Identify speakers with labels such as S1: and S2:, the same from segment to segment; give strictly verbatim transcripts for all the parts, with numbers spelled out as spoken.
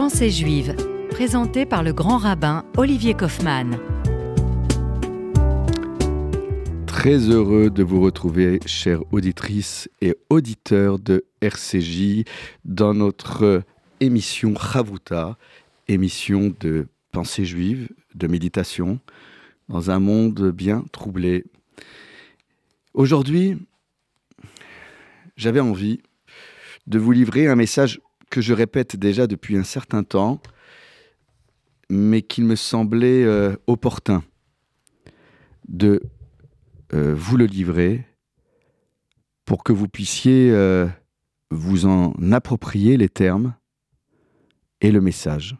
S1: Pensée juive, présentée par le grand rabbin Olivier Kaufmann.
S2: Très heureux de vous retrouver, chères auditrices et auditeurs de R C J, dans notre émission Chavruta, émission de pensée juive, de méditation, dans un monde bien troublé. Aujourd'hui, j'avais envie de vous livrer un message que je répète déjà depuis un certain temps, mais qu'il me semblait euh, opportun de euh, vous le livrer pour que vous puissiez euh, vous en approprier les termes et le message.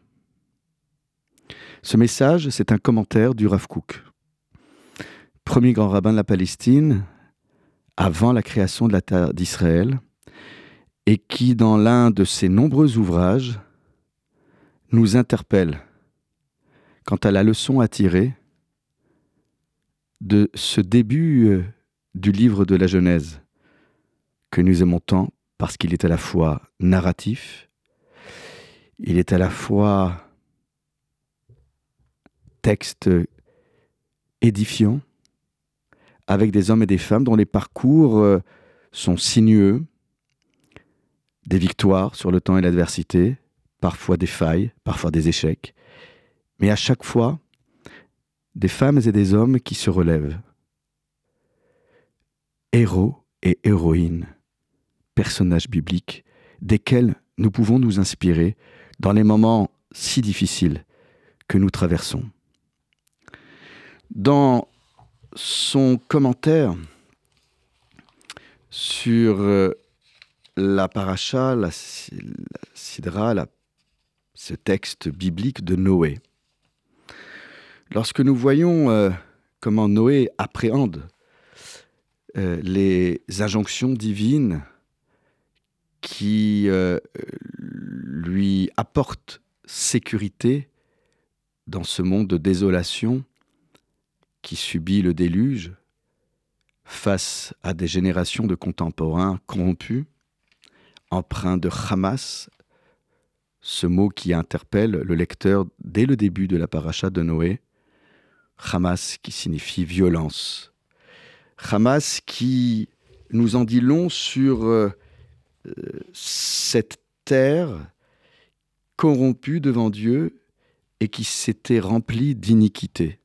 S2: Ce message, c'est un commentaire du Rav Kook, premier grand rabbin de la Palestine, avant la création de la terre d'Israël, et qui, dans l'un de ses nombreux ouvrages, nous interpelle quant à la leçon à tirer de ce début du livre de la Genèse, que nous aimons tant parce qu'il est à la fois narratif, il est à la fois texte édifiant, avec des hommes et des femmes dont les parcours sont sinueux, des victoires sur le temps et l'adversité, parfois des failles, parfois des échecs, mais à chaque fois, des femmes et des hommes qui se relèvent. Héros et héroïnes, personnages bibliques, desquels nous pouvons nous inspirer dans les moments si difficiles que nous traversons. Dans son commentaire sur euh, la paracha, la, la sidra, la, ce texte biblique de Noé. Lorsque nous voyons euh, comment Noé appréhende euh, les injonctions divines qui euh, lui apportent sécurité dans ce monde de désolation qui subit le déluge face à des générations de contemporains corrompus, empreint de Hamas, ce mot qui interpelle le lecteur dès le début de la paracha de Noé, Hamas qui signifie violence. Hamas qui nous en dit long sur euh, cette terre corrompue devant Dieu et qui s'était remplie d'iniquité.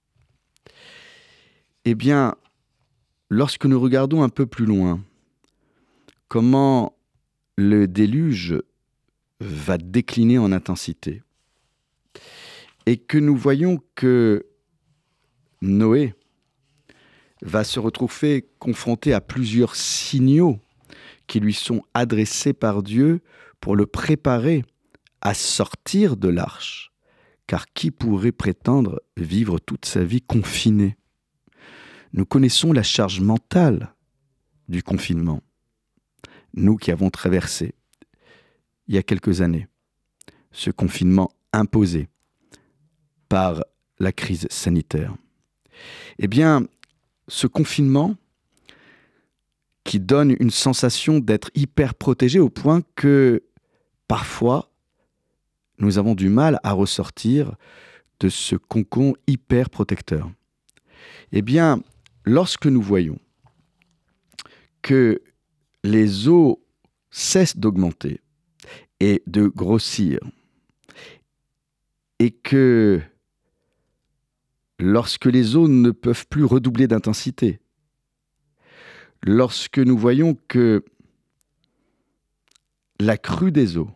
S2: Eh bien, lorsque nous regardons un peu plus loin, comment le déluge va décliner en intensité. Et que nous voyons que Noé va se retrouver confronté à plusieurs signaux qui lui sont adressés par Dieu pour le préparer à sortir de l'arche. Car qui pourrait prétendre vivre toute sa vie confiné ? Nous connaissons la charge mentale du confinement. Nous qui avons traversé, il y a quelques années, ce confinement imposé par la crise sanitaire. Eh bien, ce confinement qui donne une sensation d'être hyper protégé au point que, parfois, nous avons du mal à ressortir de ce cocon hyper protecteur. Eh bien, lorsque nous voyons que les eaux cessent d'augmenter et de grossir, et que lorsque les eaux ne peuvent plus redoubler d'intensité, lorsque nous voyons que la crue des eaux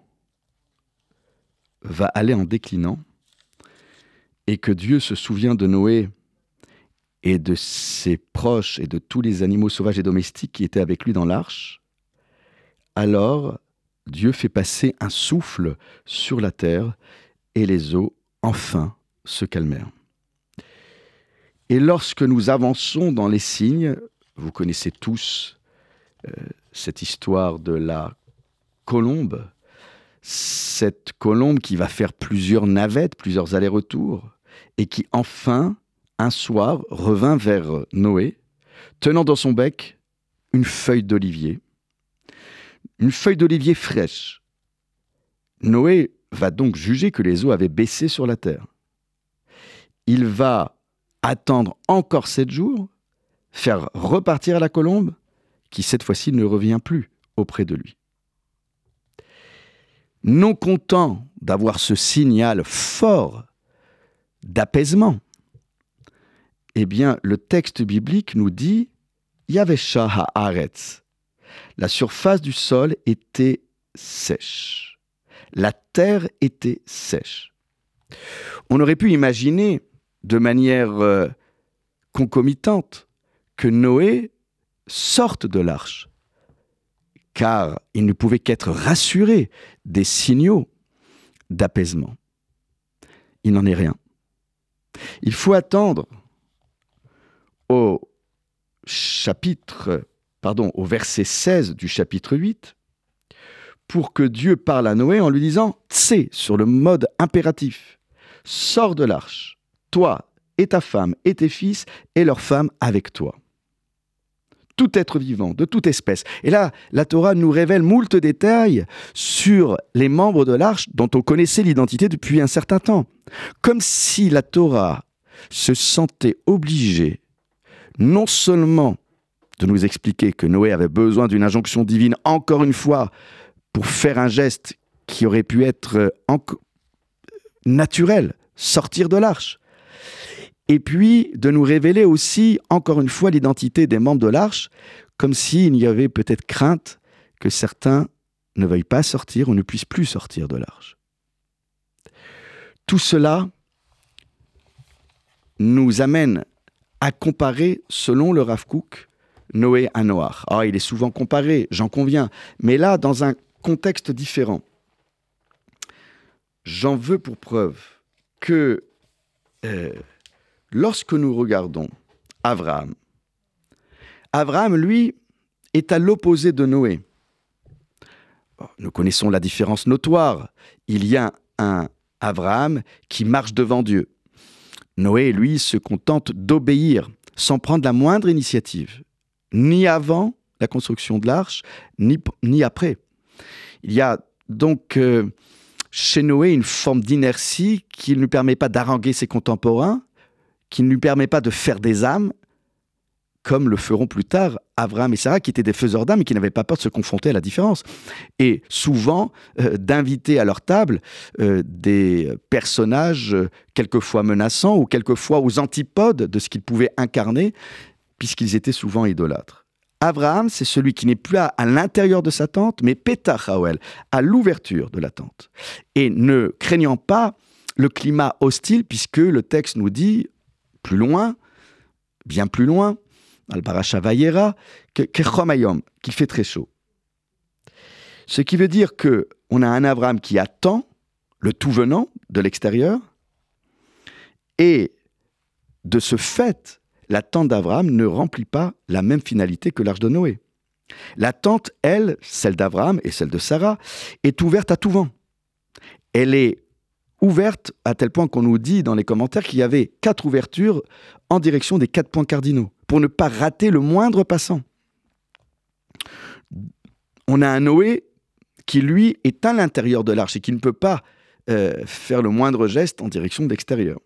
S2: va aller en déclinant, et que Dieu se souvient de Noé et de ses proches et de tous les animaux sauvages et domestiques qui étaient avec lui dans l'arche, alors Dieu fait passer un souffle sur la terre et les eaux, enfin, se calmèrent. Et lorsque nous avançons dans les signes, vous connaissez tous euh, cette histoire de la colombe, cette colombe qui va faire plusieurs navettes, plusieurs allers-retours, et qui enfin, un soir, revint vers Noé, tenant dans son bec une feuille d'olivier, une feuille d'olivier fraîche. Noé va donc juger que les eaux avaient baissé sur la terre. Il va attendre encore sept jours, faire repartir la colombe, qui cette fois-ci ne revient plus auprès de lui. Non content d'avoir ce signal fort d'apaisement, eh bien, le texte biblique nous dit « Yavesha haaretz ». La surface du sol était sèche. La terre était sèche. On aurait pu imaginer de manière euh, concomitante que Noé sorte de l'arche, car il ne pouvait qu'être rassuré des signaux d'apaisement. Il n'en est rien. Il faut attendre au chapitre, pardon, au verset seize du chapitre huit pour que Dieu parle à Noé en lui disant « Tsé » sur le mode impératif. « Sors de l'arche, toi et ta femme et tes fils et leurs femmes avec toi. » Tout être vivant, de toute espèce. Et là, la Torah nous révèle moult détails sur les membres de l'arche dont on connaissait l'identité depuis un certain temps. Comme si la Torah se sentait obligée non seulement de nous expliquer que Noé avait besoin d'une injonction divine, encore une fois, pour faire un geste qui aurait pu être enco- naturel, sortir de l'arche. Et puis de nous révéler aussi, encore une fois, l'identité des membres de l'arche, comme s'il y avait peut-être crainte que certains ne veuillent pas sortir ou ne puissent plus sortir de l'arche. Tout cela nous amène à comparer, selon le Rav Kook, Noé à Noach. Ah, il est souvent comparé, j'en conviens, mais là, dans un contexte différent. J'en veux pour preuve que euh, lorsque nous regardons Abraham, Abraham, lui, est à l'opposé de Noé. Nous connaissons la différence notoire. Il y a un Abraham qui marche devant Dieu. Noé, lui, se contente d'obéir sans prendre la moindre initiative, ni avant la construction de l'arche, ni, ni après. Il y a donc euh, chez Noé une forme d'inertie qui ne lui permet pas d'haranguer ses contemporains, qui ne lui permet pas de faire des âmes, comme le feront plus tard Abraham et Sarah, qui étaient des faiseurs d'âmes et qui n'avaient pas peur de se confronter à la différence. Et souvent, euh, d'inviter à leur table euh, des personnages euh, quelquefois menaçants ou quelquefois aux antipodes de ce qu'ils pouvaient incarner, puisqu'ils étaient souvent idolâtres. Abraham, c'est celui qui n'est plus à, à l'intérieur de sa tente, mais Petach Haoel, à l'ouverture de la tente. Et ne craignant pas le climat hostile, puisque le texte nous dit, plus loin, bien plus loin, Al-Barasha Vayera, qu'il fait très chaud. Ce qui veut dire qu'on a un Abraham qui attend le tout venant de l'extérieur, et de ce fait, la tente d'Abraham ne remplit pas la même finalité que l'arche de Noé. La tente, elle, celle d'Abraham et celle de Sarah, est ouverte à tout vent. Elle est ouverte à tel point qu'on nous dit dans les commentaires qu'il y avait quatre ouvertures en direction des quatre points cardinaux, pour ne pas rater le moindre passant. On a un Noé qui, lui, est à l'intérieur de l'arche et qui ne peut pas euh, faire le moindre geste en direction de l'extérieur.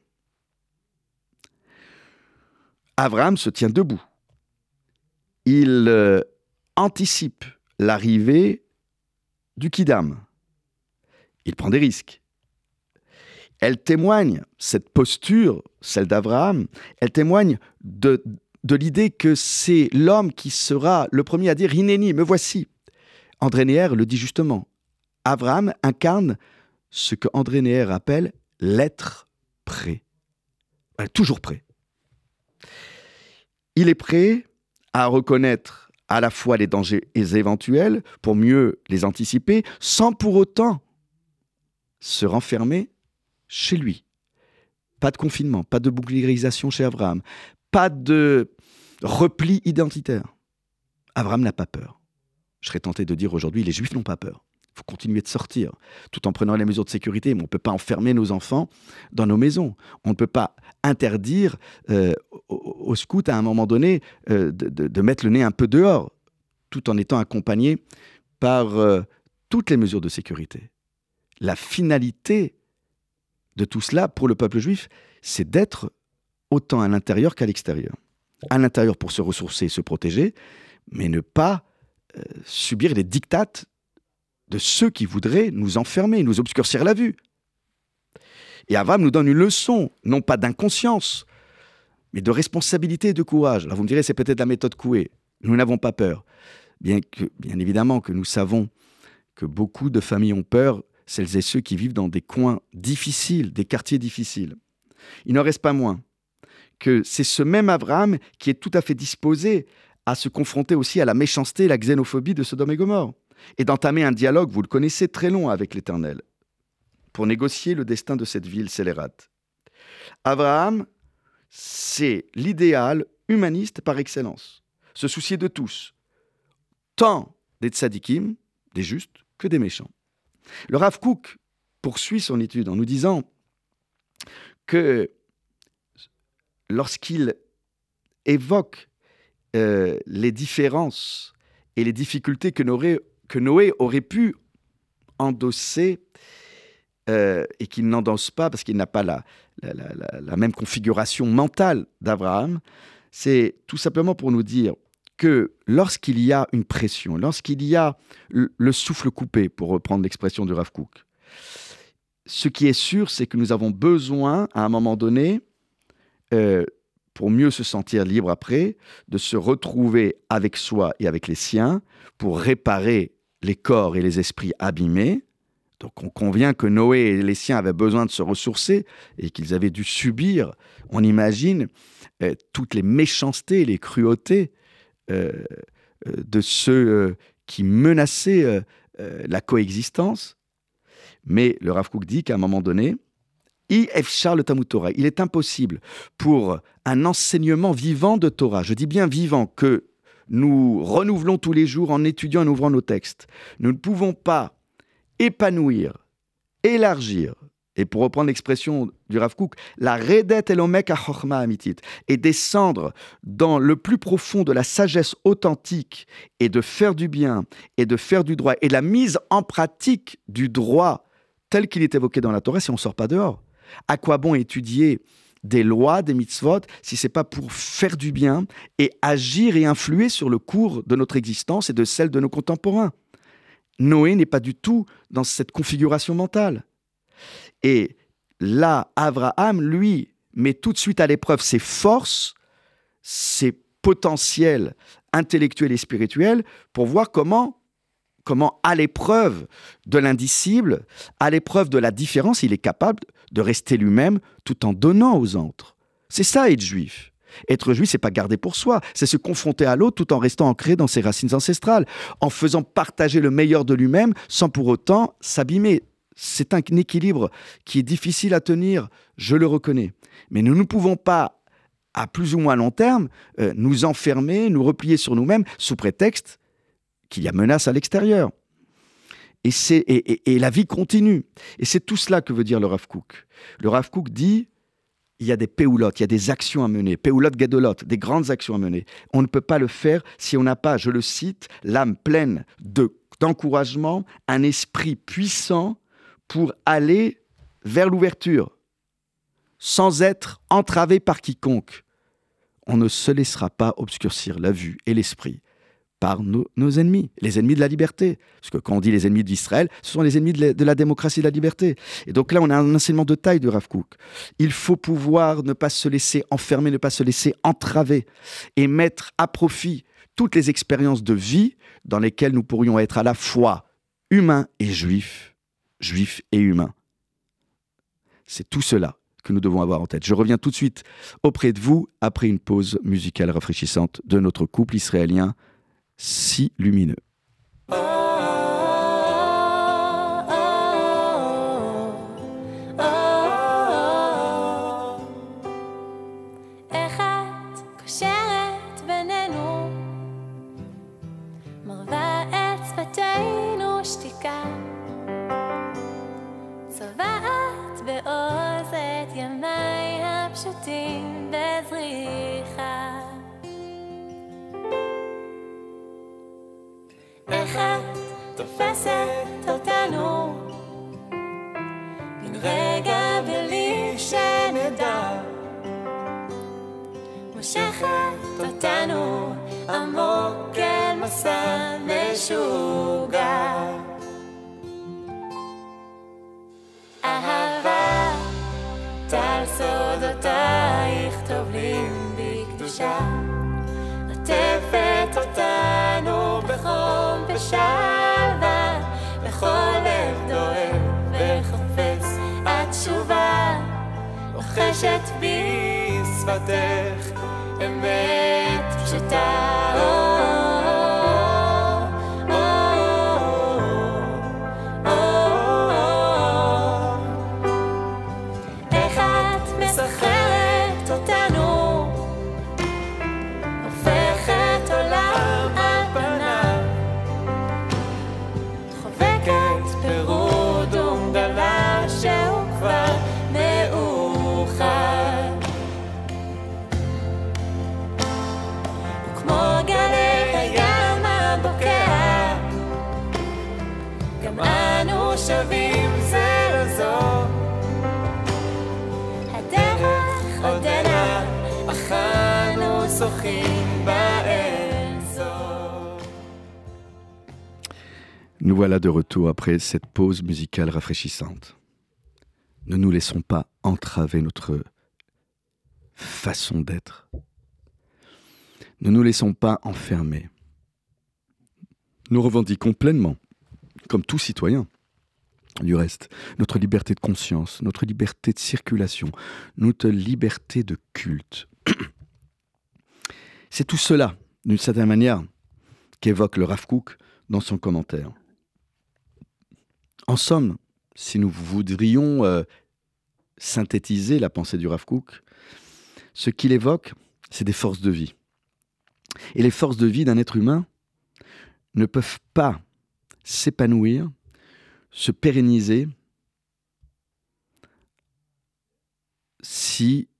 S2: Abraham se tient debout. Il euh, anticipe l'arrivée du Kidam. Il prend des risques. Elle témoigne, cette posture, celle d'Abraham, elle témoigne de, de l'idée que c'est l'homme qui sera le premier à dire « Hineni, me voici ». André Neher le dit justement. Abraham incarne ce que André Neher appelle l'être prêt. Toujours prêt. Il est prêt à reconnaître à la fois les dangers éventuels pour mieux les anticiper, sans pour autant se renfermer chez lui. Pas de confinement, pas de boucliérisation chez Abraham, pas de repli identitaire. Abraham n'a pas peur. Je serais tenté de dire aujourd'hui, les Juifs n'ont pas peur. Il faut continuer de sortir, tout en prenant les mesures de sécurité. Mais on ne peut pas enfermer nos enfants dans nos maisons. On ne peut pas interdire euh, aux, aux scouts, à un moment donné, euh, de, de, de mettre le nez un peu dehors, tout en étant accompagnés par euh, toutes les mesures de sécurité. la finalité de tout cela pour le peuple juif, c'est d'être autant à l'intérieur qu'à l'extérieur. À l'intérieur pour se ressourcer et se protéger, mais ne pas euh, subir les dictates de ceux qui voudraient nous enfermer, nous obscurcir la vue. Et Abraham nous donne une leçon, non pas d'inconscience, mais de responsabilité et de courage. Alors vous me direz, c'est peut-être la méthode Coué. Nous n'avons pas peur. Bien, que, bien évidemment que nous savons que beaucoup de familles ont peur, celles et ceux qui vivent dans des coins difficiles, des quartiers difficiles. Il n'en reste pas moins que c'est ce même Abraham qui est tout à fait disposé à se confronter aussi à la méchanceté et la xénophobie de Sodome et Gomorrhe, et d'entamer un dialogue, vous le connaissez, très long avec l'Éternel, pour négocier le destin de cette ville scélérate. Abraham, c'est l'idéal humaniste par excellence, se soucier de tous, tant des tzadikim, des justes, que des méchants. Le Rav Kook poursuit son étude en nous disant que lorsqu'il évoque euh, les différences et les difficultés que Noé, que Noé aurait pu endosser euh, et qu'il n'endosse pas parce qu'il n'a pas la, la, la, la même configuration mentale d'Abraham, c'est tout simplement pour nous dire que lorsqu'il y a une pression, lorsqu'il y a le, le souffle coupé, pour reprendre l'expression du Rav Kook, ce qui est sûr, c'est que nous avons besoin, à un moment donné, euh, pour mieux se sentir libre après, de se retrouver avec soi et avec les siens, pour réparer les corps et les esprits abîmés. Donc on convient que Noé et les siens avaient besoin de se ressourcer et qu'ils avaient dû subir, on imagine, euh, toutes les méchancetés, les cruautés euh, euh, de ceux euh, qui menaçaient euh, euh, la coexistence. Mais le Rav Kook dit qu'à un moment donné, I efshar le Talmud Torah, il est impossible pour un enseignement vivant de Torah, je dis bien vivant, que nous renouvelons tous les jours en étudiant et en ouvrant nos textes. Nous ne pouvons pas épanouir, élargir, et pour reprendre l'expression du Rav Kook, la redet elomek ha-chochma amitit, et descendre dans le plus profond de la sagesse authentique et de faire du bien et de faire du droit et la mise en pratique du droit tel qu'il est évoqué dans la Torah si on ne sort pas dehors. À quoi bon étudier des lois, des mitzvot, si ce n'est pas pour faire du bien et agir et influer sur le cours de notre existence et de celle de nos contemporains? Noé n'est pas du tout dans cette configuration mentale. Et là, Abraham, lui, met tout de suite à l'épreuve ses forces, ses potentiels intellectuels et spirituels pour voir comment, comment à l'épreuve de l'indicible, à l'épreuve de la différence, il est capable de rester lui-même tout en donnant aux autres. C'est ça, être juif. Être juif, c'est pas garder pour soi, c'est se confronter à l'autre tout en restant ancré dans ses racines ancestrales, en faisant partager le meilleur de lui-même sans pour autant s'abîmer. C'est un équilibre qui est difficile à tenir, je le reconnais. Mais nous ne pouvons pas, à plus ou moins long terme, euh, nous enfermer, nous replier sur nous-mêmes sous prétexte qu'il y a menace à l'extérieur. Et, c'est, et, et, et la vie continue. Et c'est tout cela que veut dire le Rav Kook. Le Rav Kook dit, il y a des péoulotes, il y a des actions à mener, péoulotes gadolotes, des grandes actions à mener. On ne peut pas le faire si on n'a pas, je le cite, l'âme pleine de, d'encouragement, un esprit puissant pour aller vers l'ouverture, sans être entravé par quiconque. On ne se laissera pas obscurcir la vue et l'esprit par nos, nos ennemis, les ennemis de la liberté. Parce que quand on dit les ennemis d'Israël, ce sont les ennemis de la, de la démocratie et de la liberté. Et donc là, on a un enseignement de taille de Rav Kook. Il faut pouvoir ne pas se laisser enfermer, ne pas se laisser entraver et mettre à profit toutes les expériences de vie dans lesquelles nous pourrions être à la fois humains et juifs, juifs et humains. C'est tout cela que nous devons avoir en tête. Je reviens tout de suite auprès de vous après une pause musicale rafraîchissante de notre couple israélien si lumineux.
S3: תופסת אותנו אותנו עמוק אל מסע משוגע. אהבה, טל סודותייך טובלים בקדושה, עטפת אותנו בחום ושלווה, בכל לב דואב וחופץ התשובה, רוחשת בי שפתך אמת פשוטה. איך את מסחררת אותנו, הופכת עולם על פניו, חובקת פירוד ומדבר שהוא כבר מאוחר, וכמו גלי הים הבוקע, גם אנו שווים זה לזו, הדרך עודנה, אך אנו שוחים באינסוף.
S2: Nous voilà de retour après cette pause musicale rafraîchissante. Ne nous laissons pas entraver notre façon d'être. Ne nous laissons pas enfermer. Nous revendiquons pleinement, comme tout citoyen, du reste, notre liberté de conscience, notre liberté de circulation, notre liberté de culte. C'est tout cela, d'une certaine manière, qu'évoque le Rav Kook dans son commentaire. En somme, si nous voudrions euh, synthétiser la pensée du Rav Kook, ce qu'il évoque, c'est des forces de vie. Et les forces de vie d'un être humain ne peuvent pas s'épanouir, se pérenniser, si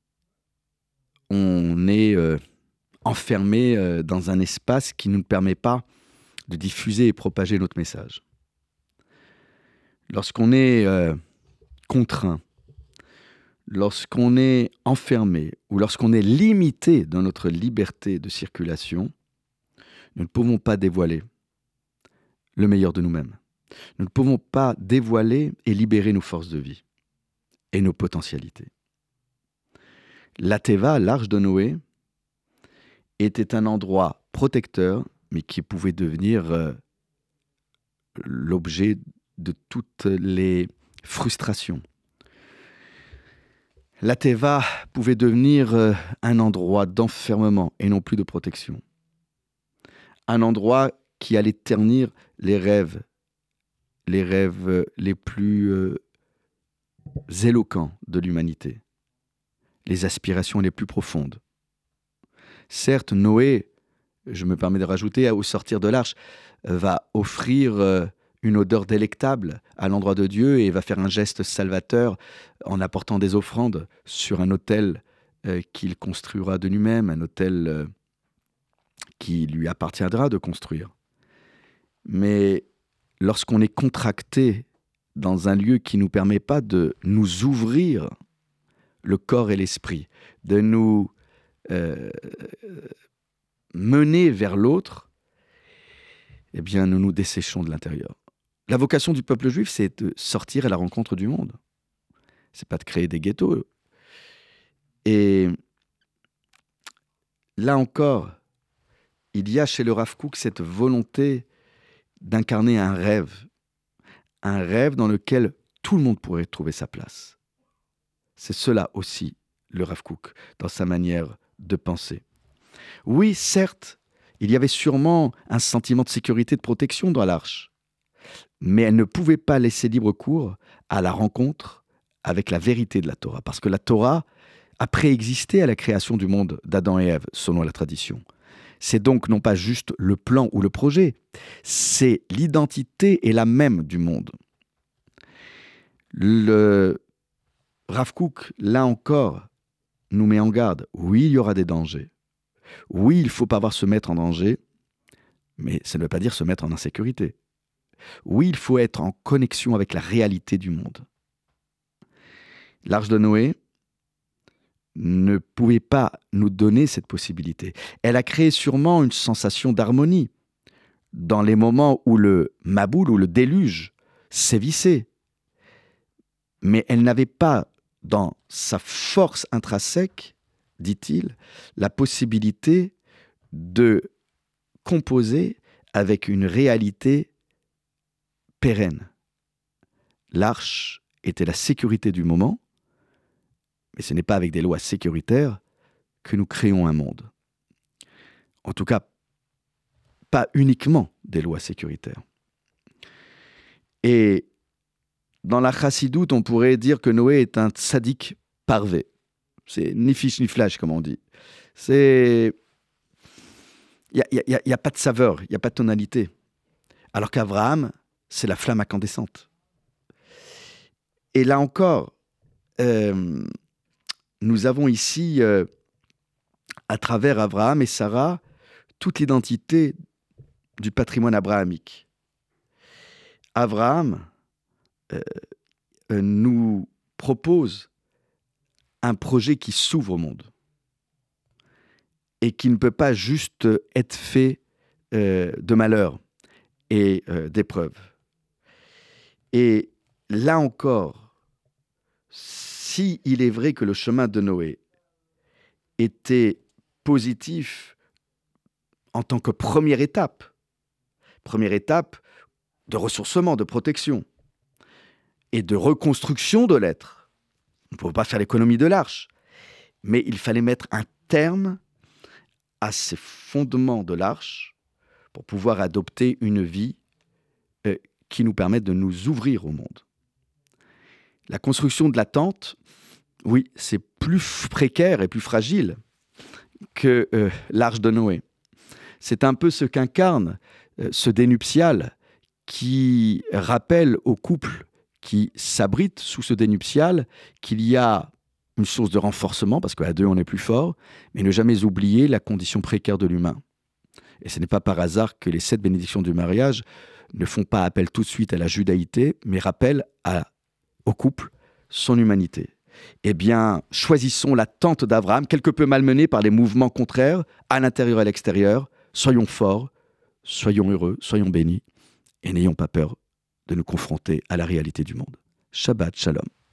S2: on est euh, enfermé euh, dans un espace qui ne nous permet pas de diffuser et propager notre message. Lorsqu'on est euh, contraint, lorsqu'on est enfermé ou lorsqu'on est limité dans notre liberté de circulation, nous ne pouvons pas dévoiler le meilleur de nous-mêmes. Nous ne pouvons pas dévoiler et libérer nos forces de vie et nos potentialités. La Teva, l'arche de Noé, était un endroit protecteur, mais qui pouvait devenir euh, l'objet de toutes les frustrations. La Teva pouvait devenir euh, un endroit d'enfermement et non plus de protection. Un endroit qui allait ternir les rêves, les rêves les plus euh, éloquents de l'humanité, les aspirations les plus profondes. Certes, Noé, je me permets de rajouter, au sortir de l'arche, va offrir euh, une odeur délectable à l'endroit de Dieu et va faire un geste salvateur en apportant des offrandes sur un autel euh, qu'il construira de lui-même, un autel euh, qui lui appartiendra de construire. Mais lorsqu'on est contracté dans un lieu qui ne nous permet pas de nous ouvrir le corps et l'esprit, de nous euh, mener vers l'autre, eh bien nous nous desséchons de l'intérieur. La vocation du peuple juif, c'est de sortir à la rencontre du monde. C'est pas de créer des ghettos. Et là encore, il y a chez le Rav Kook cette volonté d'incarner un rêve. Un rêve dans lequel tout le monde pourrait trouver sa place. C'est cela aussi, le Rav Kook, dans sa manière de penser. Oui, certes, il y avait sûrement un sentiment de sécurité, de protection dans l'arche. Mais elle ne pouvait pas laisser libre cours à la rencontre avec la vérité de la Torah. Parce que la Torah a préexisté à la création du monde d'Adam et Ève, selon la tradition. C'est donc non pas juste le plan ou le projet, c'est l'identité et la même du monde. Le Rav Kook, là encore, nous met en garde. Oui, il y aura des dangers. Oui, il ne faut pas avoir se mettre en danger, mais ça ne veut pas dire se mettre en insécurité. Oui, il faut être en connexion avec la réalité du monde. L'arche de Noé ne pouvait pas nous donner cette possibilité. Elle a créé sûrement une sensation d'harmonie dans les moments où le Maboul, où le déluge sévissait. Mais elle n'avait pas, dans sa force intrinsèque, dit-il, la possibilité de composer avec une réalité pérenne. L'arche était la sécurité du moment, mais ce n'est pas avec des lois sécuritaires que nous créons un monde. En tout cas, pas uniquement des lois sécuritaires. Et dans la chassidoute, on pourrait dire que Noé est un tzaddik parvé. C'est ni fiche ni flash, comme on dit. C'est... Il n'y a, a, a, a pas de saveur, il n'y a pas de tonalité. Alors qu'Abraham, c'est la flamme incandescente. Et là encore, euh, nous avons ici, euh, à travers Abraham et Sarah, toute l'identité du patrimoine abrahamique. Abraham euh, euh, nous propose un projet qui s'ouvre au monde et qui ne peut pas juste être fait euh, de malheur et euh, d'épreuves. Et là encore, si il est vrai que le chemin de Noé était positif en tant que première étape, première étape de ressourcement, de protection et de reconstruction de l'être. On ne pouvait pas faire l'économie de l'arche, mais il fallait mettre un terme à ces fondements de l'arche pour pouvoir adopter une vie euh, qui nous permette de nous ouvrir au monde. La construction de la tente, oui, c'est plus précaire et plus fragile que euh, l'arche de Noé. C'est un peu ce qu'incarne euh, ce dénuptial qui rappelle au couple qui s'abrite sous ce dénuptial qu'il y a une source de renforcement, parce qu'à deux, on est plus fort, mais ne jamais oublier la condition précaire de l'humain. Et ce n'est pas par hasard que les sept bénédictions du mariage ne font pas appel tout de suite à la judaïté, mais rappellent à, au couple son humanité. Eh bien, choisissons la tente d'Abraham, quelque peu malmenée par les mouvements contraires, à l'intérieur et à l'extérieur. Soyons forts, soyons heureux, soyons bénis, et n'ayons pas peur de nous confronter à la réalité du monde. Shabbat Shalom.